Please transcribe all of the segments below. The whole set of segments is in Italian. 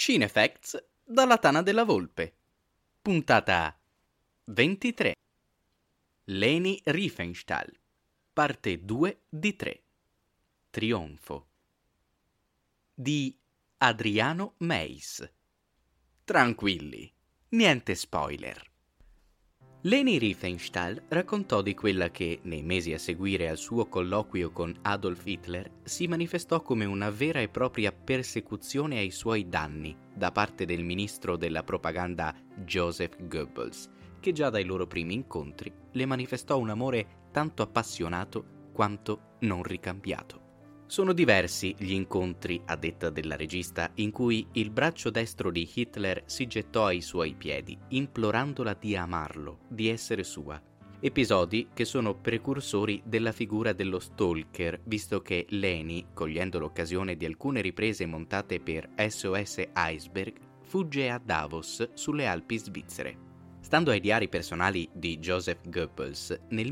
Cinefacts dalla Tana della Volpe. Puntata 23. Leni Riefenstahl. Parte 2 di 3. Trionfo. Di Adriano Meis. Tranquilli, niente spoiler. Leni Riefenstahl raccontò di quella che, nei mesi a seguire al suo colloquio con Adolf Hitler, si manifestò come una vera e propria persecuzione ai suoi danni da parte del ministro della propaganda Joseph Goebbels, che già dai loro primi incontri le manifestò un amore tanto appassionato quanto non ricambiato. Sono diversi gli incontri, a detta della regista, in cui il braccio destro di Hitler si gettò ai suoi piedi, implorandola di amarlo, di essere sua. Episodi che sono precursori della figura dello stalker, visto che Leni, cogliendo l'occasione di alcune riprese montate per SOS Iceberg, fugge a Davos, sulle Alpi svizzere. Stando ai diari personali di Joseph Goebbels, nel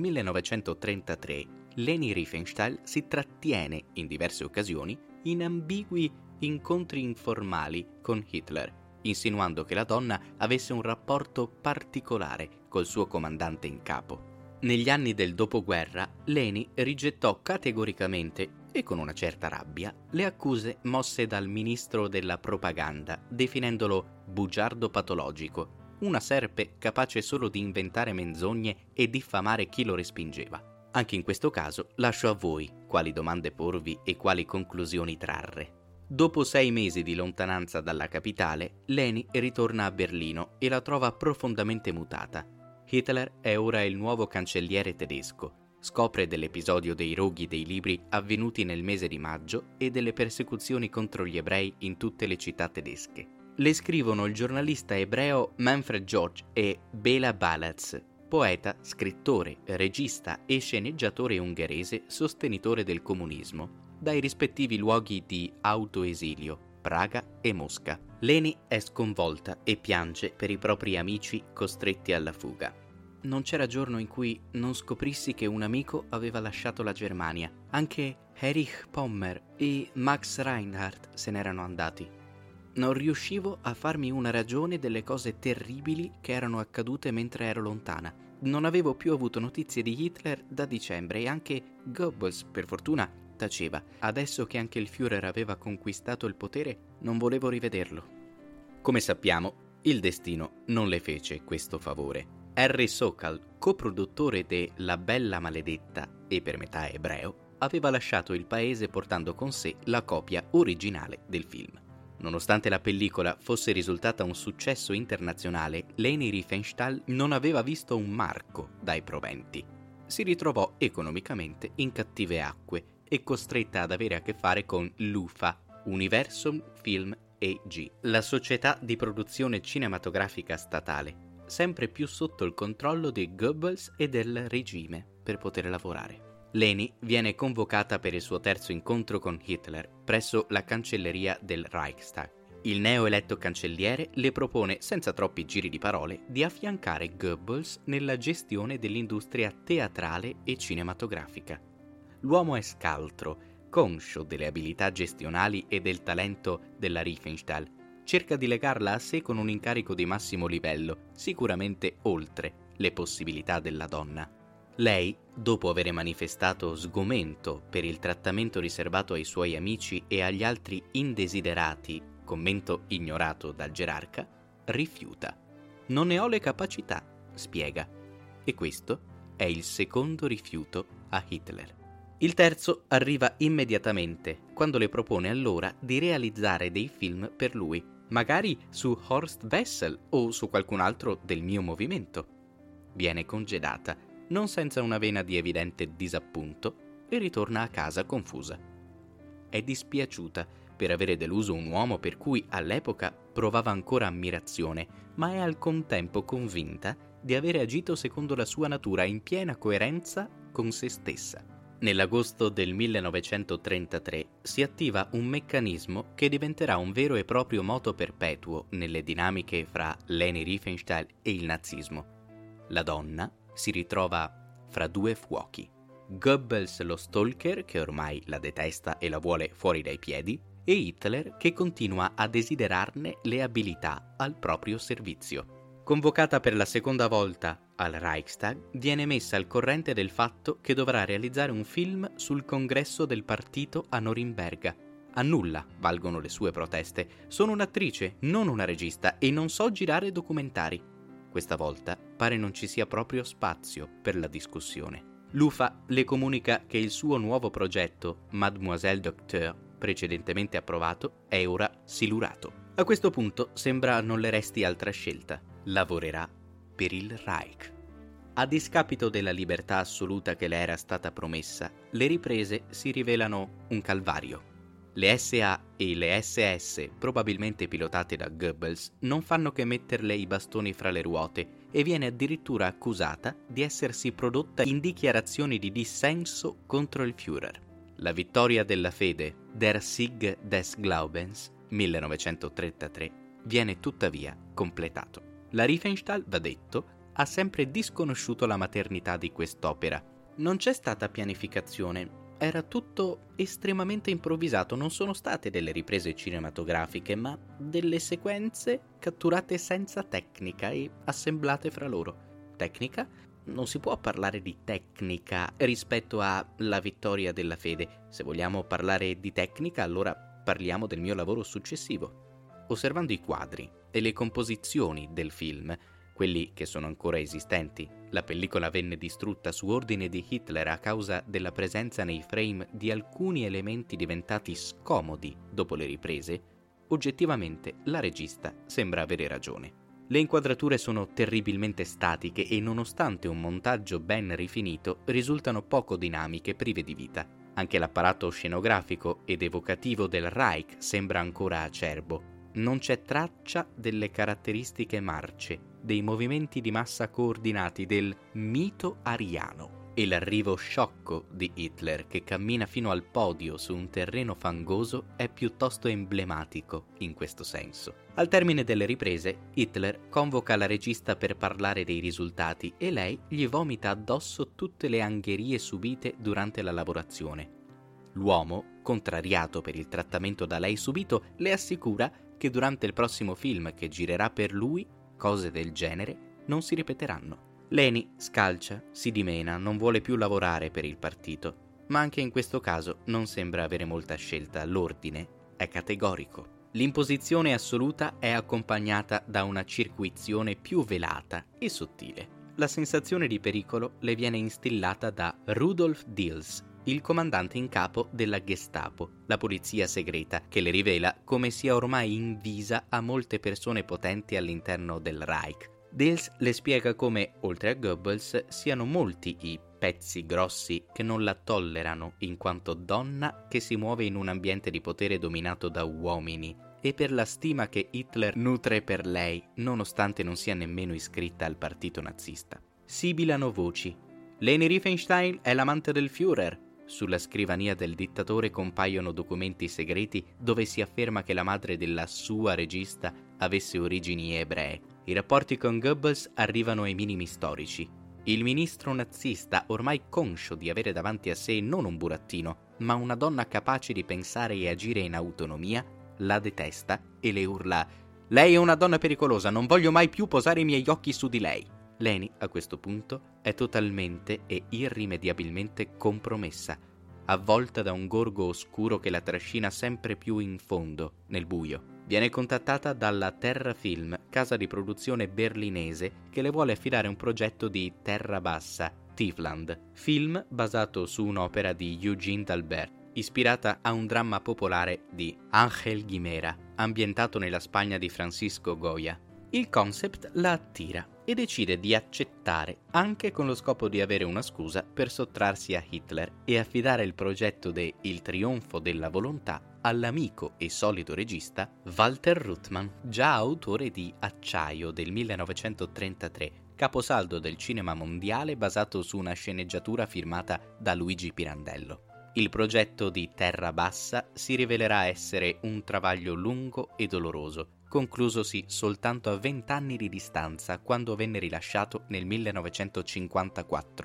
1933 Leni Riefenstahl si trattiene in diverse occasioni in ambigui incontri informali con Hitler, insinuando che la donna avesse un rapporto particolare col suo comandante in capo. Negli anni del dopoguerra, Leni rigettò categoricamente e con una certa rabbia le accuse mosse dal ministro della propaganda, definendolo bugiardo patologico, una serpe capace solo di inventare menzogne e diffamare chi lo respingeva. Anche in questo caso lascio a voi quali domande porvi e quali conclusioni trarre. Dopo 6 mesi di lontananza dalla capitale, Leni ritorna a Berlino e la trova profondamente mutata. Hitler è ora il nuovo cancelliere tedesco. Scopre dell'episodio dei roghi dei libri avvenuti nel mese di maggio e delle persecuzioni contro gli ebrei in tutte le città tedesche. Le scrivono il giornalista ebreo Manfred George e Bela Balazs, poeta, scrittore, regista e sceneggiatore ungherese sostenitore del comunismo, dai rispettivi luoghi di autoesilio, Praga e Mosca. Leni è sconvolta e piange per i propri amici costretti alla fuga. Non c'era giorno in cui non scoprissi che un amico aveva lasciato la Germania. Anche Erich Pommer e Max Reinhardt se n'erano andati. Non riuscivo a farmi una ragione delle cose terribili che erano accadute mentre ero lontana. Non avevo più avuto notizie di Hitler da dicembre e anche Goebbels, per fortuna, taceva. Adesso che anche il Führer aveva conquistato il potere, non volevo rivederlo. Come sappiamo, il destino non le fece questo favore. Harry Sokal, coproduttore de La Bella Maledetta e per metà ebreo, aveva lasciato il paese portando con sé la copia originale del film. Nonostante la pellicola fosse risultata un successo internazionale, Leni Riefenstahl non aveva visto un marco dai proventi. Si ritrovò economicamente in cattive acque e costretta ad avere a che fare con l'UFA, Universum Film AG, la società di produzione cinematografica statale, sempre più sotto il controllo di Goebbels e del regime per poter lavorare. Leni viene convocata per il suo terzo incontro con Hitler presso la cancelleria del Reichstag. Il neoeletto cancelliere le propone, senza troppi giri di parole, di affiancare Goebbels nella gestione dell'industria teatrale e cinematografica. L'uomo è scaltro, conscio delle abilità gestionali e del talento della Riefenstahl. Cerca di legarla a sé con un incarico di massimo livello, sicuramente oltre le possibilità della donna. Lei, dopo aver manifestato sgomento per il trattamento riservato ai suoi amici e agli altri indesiderati, commento ignorato dal gerarca, rifiuta. Non ne ho le capacità, spiega. E questo è il secondo rifiuto a Hitler. Il terzo arriva immediatamente, quando le propone allora di realizzare dei film per lui, magari su Horst Wessel o su qualcun altro del mio movimento. Viene congedata, non senza una vena di evidente disappunto, e ritorna a casa confusa. È dispiaciuta per avere deluso un uomo per cui all'epoca provava ancora ammirazione, ma è al contempo convinta di avere agito secondo la sua natura in piena coerenza con se stessa. Nell'agosto del 1933 si attiva un meccanismo che diventerà un vero e proprio moto perpetuo nelle dinamiche fra Leni Riefenstahl e il nazismo. La donna si ritrova fra due fuochi. Goebbels lo stalker, che ormai la detesta e la vuole fuori dai piedi, e Hitler che continua a desiderarne le abilità al proprio servizio. Convocata per la seconda volta al Reichstag, viene messa al corrente del fatto che dovrà realizzare un film sul congresso del partito a Norimberga. A nulla valgono le sue proteste. Sono un'attrice, non una regista, e non so girare documentari. Questa volta pare non ci sia proprio spazio per la discussione. L'UFA le comunica che il suo nuovo progetto, Mademoiselle Docteur, precedentemente approvato, è ora silurato. A questo punto sembra non le resti altra scelta. Lavorerà per il Reich. A discapito della libertà assoluta che le era stata promessa, le riprese si rivelano un calvario. Le SA e le SS, probabilmente pilotate da Goebbels, non fanno che metterle i bastoni fra le ruote e viene addirittura accusata di essersi prodotta in dichiarazioni di dissenso contro il Führer. La vittoria della fede, Der Sieg des Glaubens, 1933, viene tuttavia completato. La Riefenstahl, va detto, ha sempre disconosciuto la maternità di quest'opera. Non c'è stata pianificazione, era tutto estremamente improvvisato, non sono state delle riprese cinematografiche, ma delle sequenze catturate senza tecnica e assemblate fra loro. Tecnica? Non si può parlare di tecnica rispetto alla vittoria della fede. Se vogliamo parlare di tecnica, allora parliamo del mio lavoro successivo. Osservando i quadri e le composizioni del film, quelli che sono ancora esistenti, la pellicola venne distrutta su ordine di Hitler a causa della presenza nei frame di alcuni elementi diventati scomodi dopo le riprese, oggettivamente la regista sembra avere ragione. Le inquadrature sono terribilmente statiche e nonostante un montaggio ben rifinito risultano poco dinamiche e prive di vita. Anche l'apparato scenografico ed evocativo del Reich sembra ancora acerbo. Non c'è traccia delle caratteristiche marce, dei movimenti di massa coordinati, del mito ariano. E l'arrivo sciocco di Hitler, che cammina fino al podio su un terreno fangoso, è piuttosto emblematico in questo senso. Al termine delle riprese, Hitler convoca la regista per parlare dei risultati e lei gli vomita addosso tutte le angherie subite durante la lavorazione. L'uomo, contrariato per il trattamento da lei subito, le assicura che durante il prossimo film che girerà per lui, cose del genere non si ripeteranno. Leni scalcia, si dimena, non vuole più lavorare per il partito, ma anche in questo caso non sembra avere molta scelta, l'ordine è categorico. L'imposizione assoluta è accompagnata da una circuizione più velata e sottile. La sensazione di pericolo le viene instillata da Rudolf Diels, il comandante in capo della Gestapo, la polizia segreta, che le rivela come sia ormai invisa a molte persone potenti all'interno del Reich. Diels le spiega come, oltre a Goebbels, siano molti i pezzi grossi che non la tollerano in quanto donna che si muove in un ambiente di potere dominato da uomini e per la stima che Hitler nutre per lei, nonostante non sia nemmeno iscritta al partito nazista. Sibilano voci. Leni Riefenstahl è l'amante del Führer. Sulla scrivania del dittatore compaiono documenti segreti dove si afferma che la madre della sua regista avesse origini ebree. I rapporti con Goebbels arrivano ai minimi storici. Il ministro nazista, ormai conscio di avere davanti a sé non un burattino, ma una donna capace di pensare e agire in autonomia, la detesta e le urla: «Lei è una donna pericolosa, non voglio mai più posare i miei occhi su di lei». Leni, a questo punto, è totalmente e irrimediabilmente compromessa, avvolta da un gorgo oscuro che la trascina sempre più in fondo, nel buio. Viene contattata dalla Terra Film, casa di produzione berlinese, che le vuole affidare un progetto di terra bassa, Tiefland, film basato su un'opera di Eugene d'Albert, ispirata a un dramma popolare di Ángel Guimerà, ambientato nella Spagna di Francisco Goya. Il concept la attira e decide di accettare, anche con lo scopo di avere una scusa per sottrarsi a Hitler e affidare il progetto de Il trionfo della volontà all'amico e solito regista Walter Ruttmann, già autore di Acciaio del 1933, caposaldo del cinema mondiale basato su una sceneggiatura firmata da Luigi Pirandello. Il progetto di Terra Bassa si rivelerà essere un travaglio lungo e doloroso, conclusosi soltanto a 20 anni di distanza quando venne rilasciato nel 1954.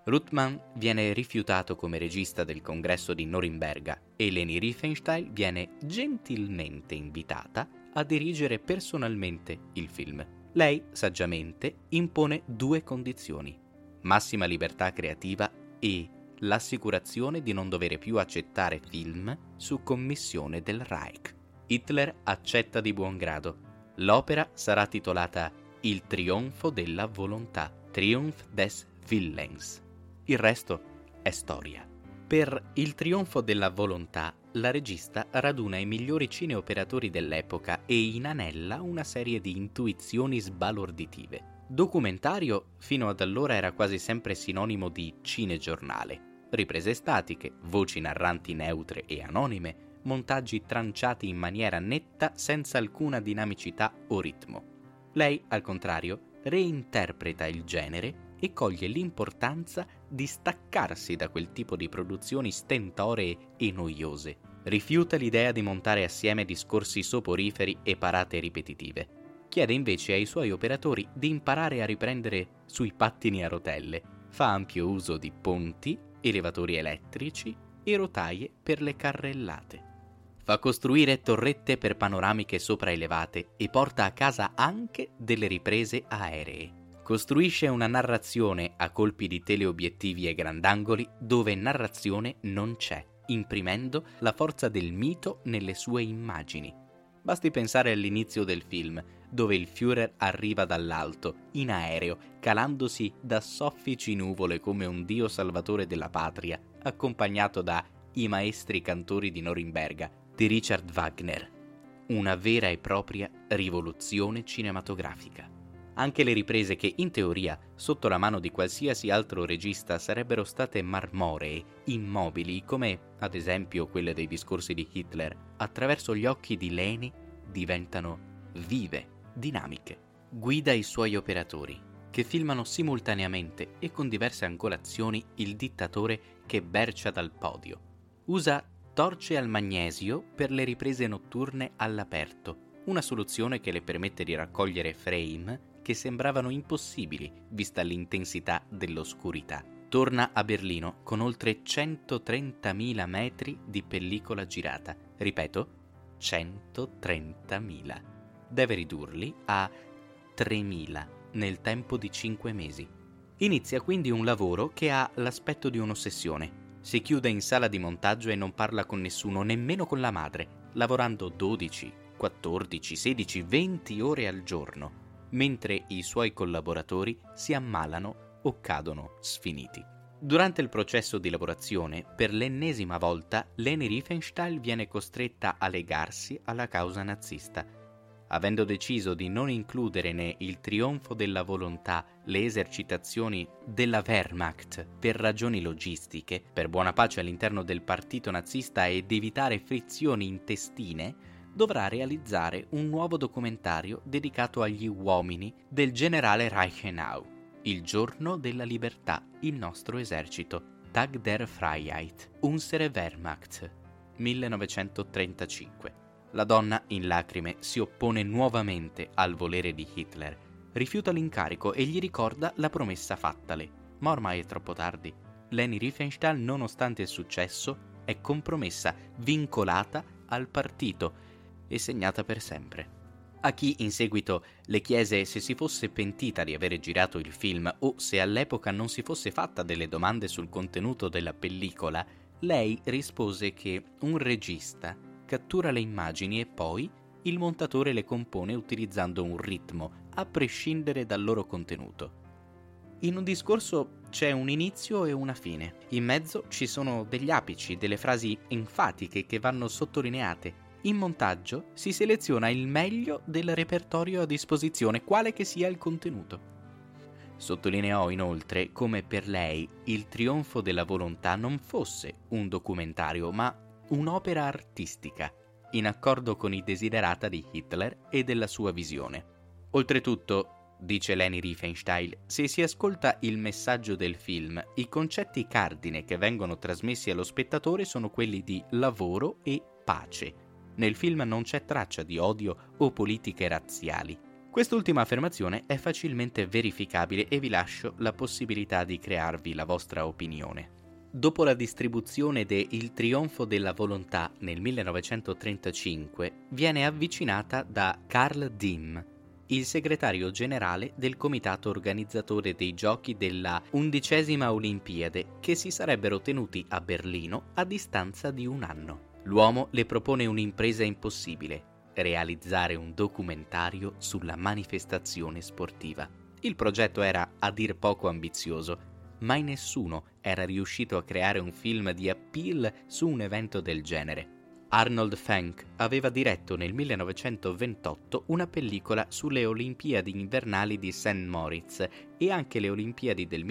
Ruttmann viene rifiutato come regista del congresso di Norimberga e Leni Riefenstahl viene gentilmente invitata a dirigere personalmente il film. Lei, saggiamente, impone 2 condizioni: massima libertà creativa e l'assicurazione di non dover più accettare film su commissione del Reich. Hitler accetta di buon grado. L'opera sarà titolata Il trionfo della volontà, Triumph des Willens. Il resto è storia. Per Il trionfo della volontà, la regista raduna i migliori cineoperatori dell'epoca e inanella una serie di intuizioni sbalorditive. Documentario fino ad allora era quasi sempre sinonimo di cinegiornale. Riprese statiche, voci narranti neutre e anonime, montaggi tranciati in maniera netta senza alcuna dinamicità o ritmo. Lei, al contrario, reinterpreta il genere e coglie l'importanza di staccarsi da quel tipo di produzioni stentoree e noiose. Rifiuta l'idea di montare assieme discorsi soporiferi e parate ripetitive. Chiede invece ai suoi operatori di imparare a riprendere sui pattini a rotelle. Fa ampio uso di ponti, elevatori elettrici e rotaie per le carrellate. Fa costruire torrette per panoramiche sopraelevate e porta a casa anche delle riprese aeree. Costruisce una narrazione a colpi di teleobiettivi e grandangoli dove narrazione non c'è, imprimendo la forza del mito nelle sue immagini. Basti pensare all'inizio del film, dove il Führer arriva dall'alto, in aereo, calandosi da soffici nuvole come un dio salvatore della patria, accompagnato da I maestri cantori di Norimberga, di Richard Wagner. Una vera e propria rivoluzione cinematografica. Anche le riprese che, in teoria, sotto la mano di qualsiasi altro regista sarebbero state marmoree, immobili, come ad esempio quelle dei discorsi di Hitler, attraverso gli occhi di Leni diventano vive, dinamiche. Guida i suoi operatori, che filmano simultaneamente e con diverse angolazioni il dittatore che bercia dal podio. Usa torce al magnesio per le riprese notturne all'aperto, una soluzione che le permette di raccogliere frame che sembravano impossibili vista l'intensità dell'oscurità. Torna a Berlino con oltre 130.000 metri di pellicola girata. Ripeto, 130.000. Deve ridurli a 3.000 nel tempo di 5 mesi. Inizia quindi un lavoro che ha l'aspetto di un'ossessione. Si chiude in sala di montaggio e non parla con nessuno, nemmeno con la madre, lavorando 12, 14, 16, 20 ore al giorno, mentre i suoi collaboratori si ammalano o cadono sfiniti. Durante il processo di lavorazione, per l'ennesima volta, Leni Riefenstahl viene costretta a legarsi alla causa nazista. Avendo deciso di non includere né Il trionfo della volontà le esercitazioni della Wehrmacht per ragioni logistiche, per buona pace all'interno del partito nazista ed evitare frizioni intestine, dovrà realizzare un nuovo documentario dedicato agli uomini del generale Reichenau, Il giorno della libertà, il nostro esercito, Tag der Freiheit, Unsere Wehrmacht, 1935. La donna, in lacrime, si oppone nuovamente al volere di Hitler, rifiuta l'incarico e gli ricorda la promessa fattale, ma ormai è troppo tardi. Leni Riefenstahl, nonostante il successo, è compromessa, vincolata al partito e segnata per sempre. A chi in seguito le chiese se si fosse pentita di avere girato il film o se all'epoca non si fosse fatta delle domande sul contenuto della pellicola, lei rispose che un regista cattura le immagini e poi il montatore le compone utilizzando un ritmo, a prescindere dal loro contenuto. In un discorso c'è un inizio e una fine. In mezzo ci sono degli apici, delle frasi enfatiche che vanno sottolineate. In montaggio si seleziona il meglio del repertorio a disposizione, quale che sia il contenuto. Sottolineò inoltre come per lei Il trionfo della volontà non fosse un documentario, ma un'opera artistica, in accordo con i desiderata di Hitler e della sua visione. Oltretutto, dice Leni Riefenstahl, se si ascolta il messaggio del film, i concetti cardine che vengono trasmessi allo spettatore sono quelli di lavoro e pace. Nel film non c'è traccia di odio o politiche razziali. Quest'ultima affermazione è facilmente verificabile e vi lascio la possibilità di crearvi la vostra opinione. Dopo la distribuzione de Il trionfo della volontà nel 1935, viene avvicinata da Carl Dimm, il segretario generale del comitato organizzatore dei giochi della 11ª Olimpiade, che si sarebbero tenuti a Berlino a distanza di un anno. L'uomo le propone un'impresa impossibile: realizzare un documentario sulla manifestazione sportiva. Il progetto era a dir poco ambizioso, mai nessuno era riuscito a creare un film di appeal su un evento del genere. Arnold Fanck aveva diretto nel 1928 una pellicola sulle Olimpiadi invernali di St. Moritz e anche le Olimpiadi del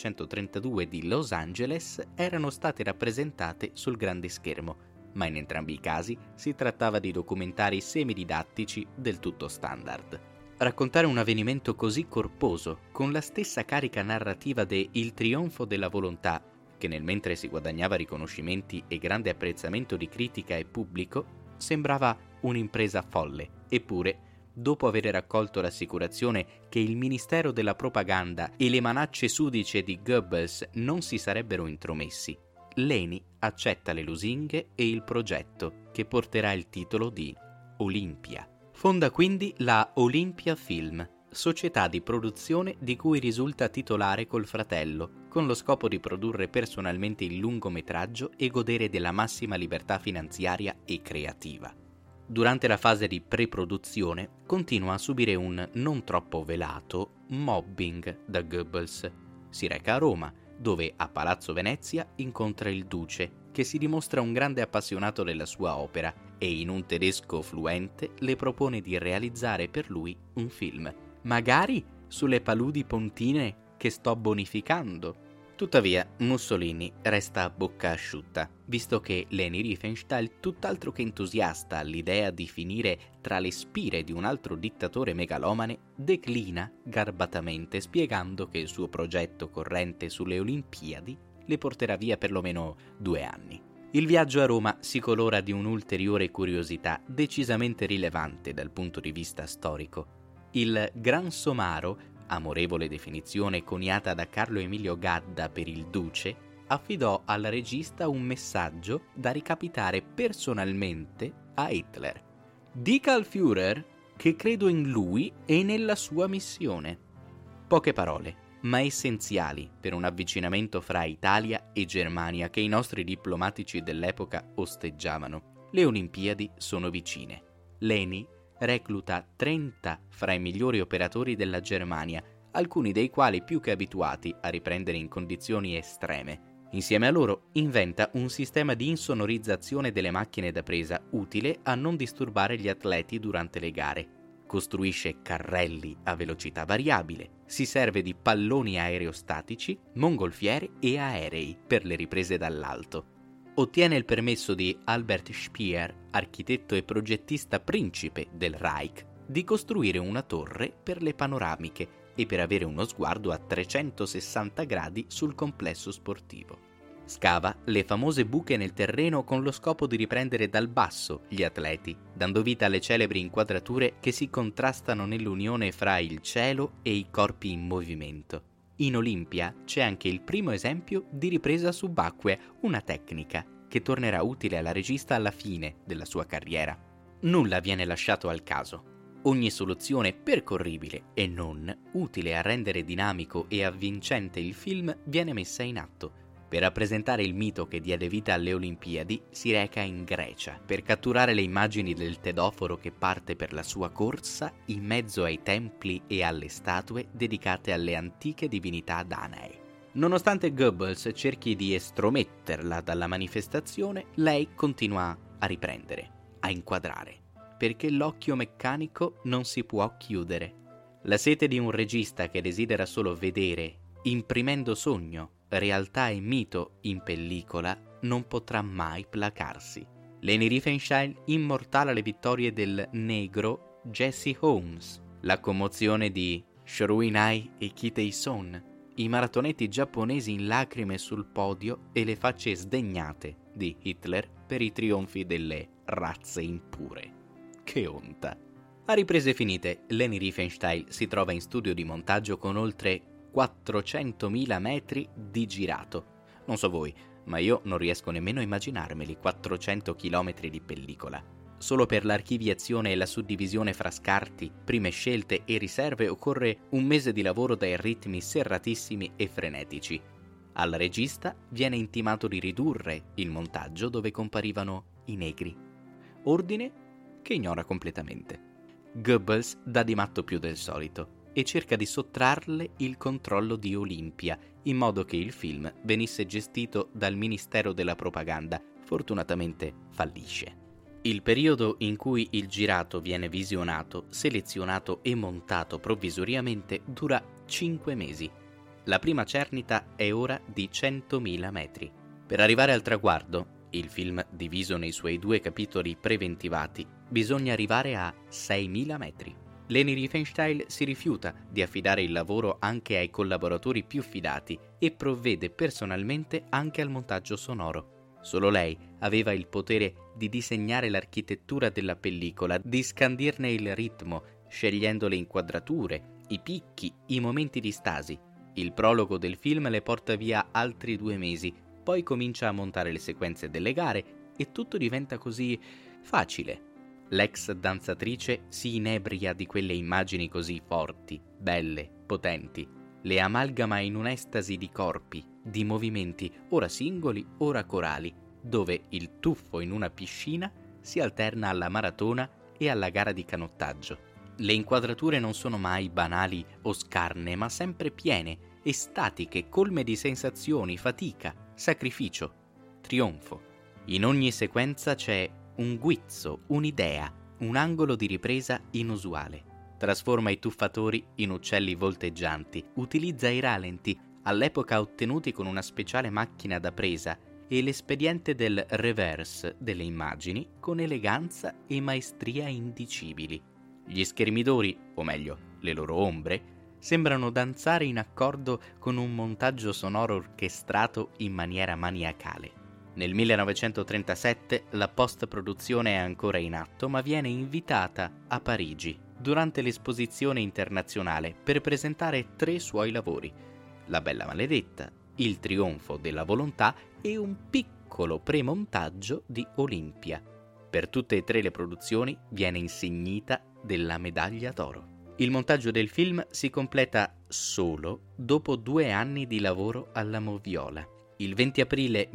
1932 di Los Angeles erano state rappresentate sul grande schermo, ma in entrambi i casi si trattava di documentari semididattici del tutto standard. Raccontare un avvenimento così corposo, con la stessa carica narrativa de Il trionfo della volontà, che nel mentre si guadagnava riconoscimenti e grande apprezzamento di critica e pubblico, sembrava un'impresa folle. Eppure, dopo aver raccolto l'assicurazione che il Ministero della Propaganda e le manacce sudice di Goebbels non si sarebbero intromessi, Leni accetta le lusinghe e il progetto, che porterà il titolo di Olimpia. Fonda quindi la Olimpia Film, società di produzione di cui risulta titolare col fratello, con lo scopo di produrre personalmente il lungometraggio e godere della massima libertà finanziaria e creativa. Durante la fase di pre-produzione continua a subire un non troppo velato mobbing da Goebbels. Si reca a Roma, dove a Palazzo Venezia incontra il duce, che si dimostra un grande appassionato della sua opera e in un tedesco fluente le propone di realizzare per lui un film, magari sulle paludi pontine che sto bonificando. Tuttavia Mussolini resta a bocca asciutta, visto che Leni Riefenstahl, tutt'altro che entusiasta all'idea di finire tra le spire di un altro dittatore megalomane, declina garbatamente, spiegando che il suo progetto corrente sulle Olimpiadi le porterà via perlomeno 2 anni. Il viaggio a Roma si colora di un'ulteriore curiosità decisamente rilevante dal punto di vista storico. Il Gran Somaro, amorevole definizione coniata da Carlo Emilio Gadda per il Duce, affidò al regista un messaggio da ricapitare personalmente a Hitler. Dica al Führer che credo in lui e nella sua missione. Poche parole, ma essenziali per un avvicinamento fra Italia e Germania che i nostri diplomatici dell'epoca osteggiavano. Le Olimpiadi sono vicine. Leni recluta 30 fra i migliori operatori della Germania, alcuni dei quali più che abituati a riprendere in condizioni estreme. Insieme a loro inventa un sistema di insonorizzazione delle macchine da presa utile a non disturbare gli atleti durante le gare. Costruisce carrelli a velocità variabile, si serve di palloni aerostatici, mongolfiere e aerei per le riprese dall'alto. Ottiene il permesso di Albert Speer, architetto e progettista principe del Reich, di costruire una torre per le panoramiche e per avere uno sguardo a 360 gradi sul complesso sportivo. Scava le famose buche nel terreno con lo scopo di riprendere dal basso gli atleti, dando vita alle celebri inquadrature che si contrastano nell'unione fra il cielo e i corpi in movimento. In Olimpia c'è anche il primo esempio di ripresa subacquea, una tecnica che tornerà utile alla regista alla fine della sua carriera. Nulla viene lasciato al caso. Ogni soluzione percorribile e non utile a rendere dinamico e avvincente il film viene messa in atto. Per rappresentare il mito che diede vita alle Olimpiadi, si reca in Grecia per catturare le immagini del tedoforo che parte per la sua corsa in mezzo ai templi e alle statue dedicate alle antiche divinità danae. Nonostante Goebbels cerchi di estrometterla dalla manifestazione, lei continua a riprendere, a inquadrare, perché l'occhio meccanico non si può chiudere. La sete di un regista che desidera solo vedere, imprimendo sogno, realtà e mito in pellicola, non potrà mai placarsi. Leni Riefenstahl immortala le vittorie del negro Jesse Holmes, la commozione di Shorinai e Kitei-son, i maratonetti giapponesi in lacrime sul podio e le facce sdegnate di Hitler per i trionfi delle razze impure. Che onta! A riprese finite, Leni Riefenstahl si trova in studio di montaggio con oltre 400.000 metri di girato. Non so voi, ma io non riesco nemmeno a immaginarmeli 400 chilometri di pellicola. Solo per l'archiviazione e la suddivisione fra scarti, prime scelte e riserve occorre un mese di lavoro dai ritmi serratissimi e frenetici. Al regista viene intimato di ridurre il montaggio dove comparivano i negri. Ordine che ignora completamente. Goebbels dà di matto più del solito e cerca di sottrarle il controllo di Olympia, in modo che il film venisse gestito dal Ministero della Propaganda. Fortunatamente fallisce. Il periodo in cui il girato viene visionato, selezionato e montato provvisoriamente dura 5 mesi. La prima cernita è ora di 100.000 metri. Per arrivare al traguardo, il film diviso nei suoi 2 capitoli preventivati, bisogna arrivare a 6.000 metri. Leni Riefenstahl si rifiuta di affidare il lavoro anche ai collaboratori più fidati e provvede personalmente anche al montaggio sonoro. Solo lei aveva il potere di disegnare l'architettura della pellicola, di scandirne il ritmo, scegliendo le inquadrature, i picchi, i momenti di stasi. Il prologo del film le porta via altri 2 mesi, poi comincia a montare le sequenze delle gare e tutto diventa così facile. L'ex danzatrice si inebria di quelle immagini così forti, belle, potenti. Le amalgama in un'estasi di corpi, di movimenti, ora singoli, ora corali, dove il tuffo in una piscina si alterna alla maratona e alla gara di canottaggio. Le inquadrature non sono mai banali o scarne, ma sempre piene, estatiche, colme di sensazioni, fatica, sacrificio, trionfo. In ogni sequenza c'è un guizzo, un'idea, un angolo di ripresa inusuale. Trasforma i tuffatori in uccelli volteggianti, utilizza i ralenti, all'epoca ottenuti con una speciale macchina da presa, e l'espediente del reverse delle immagini con eleganza e maestria indicibili. Gli schermidori, o meglio, le loro ombre, sembrano danzare in accordo con un montaggio sonoro orchestrato in maniera maniacale. Nel 1937 la post-produzione è ancora in atto, ma viene invitata a Parigi durante l'esposizione internazionale per presentare 3 suoi lavori: La Bella Maledetta, Il Trionfo della Volontà e un piccolo premontaggio di Olympia. Per tutte e 3 le produzioni viene insignita della medaglia d'oro. Il montaggio del film si completa solo dopo 2 anni di lavoro alla moviola. Il 20 aprile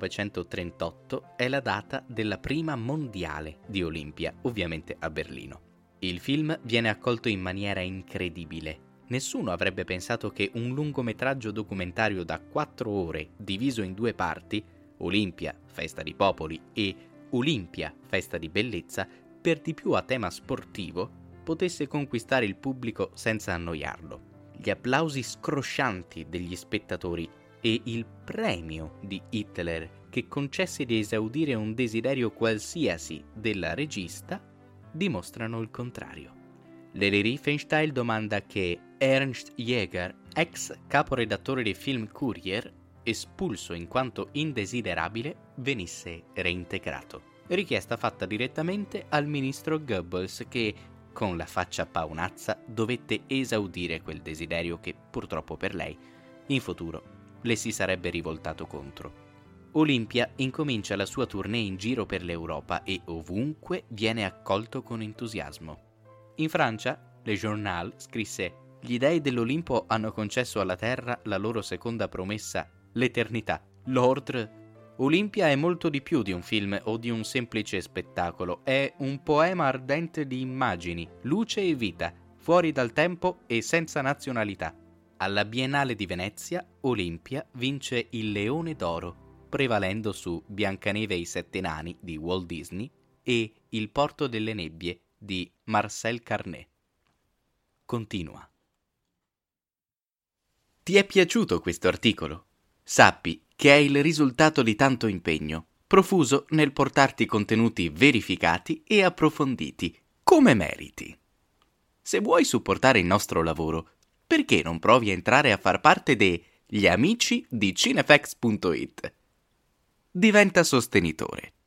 1938 è la data della prima mondiale di Olympia, ovviamente a Berlino. Il film viene accolto in maniera incredibile. Nessuno avrebbe pensato che un lungometraggio documentario da 4 ore, diviso in 2 parti, Olympia, festa di popoli, e Olympia, festa di bellezza, per di più a tema sportivo, potesse conquistare il pubblico senza annoiarlo. Gli applausi scroscianti degli spettatori e il premio di Hitler, che concesse di esaudire un desiderio qualsiasi della regista, dimostrano il contrario. Leni Riefenstahl domanda che Ernst Jäger, ex caporedattore dei film Kurier, espulso in quanto indesiderabile, venisse reintegrato. Richiesta fatta direttamente al ministro Goebbels, che, con la faccia paonazza, dovette esaudire quel desiderio che, purtroppo per lei, in futuro le si sarebbe rivoltato contro. Olympia incomincia la sua tournée in giro per l'Europa e ovunque viene accolto con entusiasmo. In Francia, Le Journal scrisse: «Gli dei dell'Olimpo hanno concesso alla Terra la loro seconda promessa, l'eternità, l'ordre. Olympia è molto di più di un film o di un semplice spettacolo, è un poema ardente di immagini, luce e vita, fuori dal tempo e senza nazionalità». Alla Biennale di Venezia, Olympia vince il Leone d'Oro, prevalendo su Biancaneve e i 7 nani di Walt Disney e Il Porto delle Nebbie di Marcel Carné. Continua. Ti è piaciuto questo articolo? Sappi che è il risultato di tanto impegno, profuso nel portarti contenuti verificati e approfonditi, come meriti. Se vuoi supportare il nostro lavoro, perché non provi a entrare a far parte degli amici di Cinefx.it? Diventa sostenitore.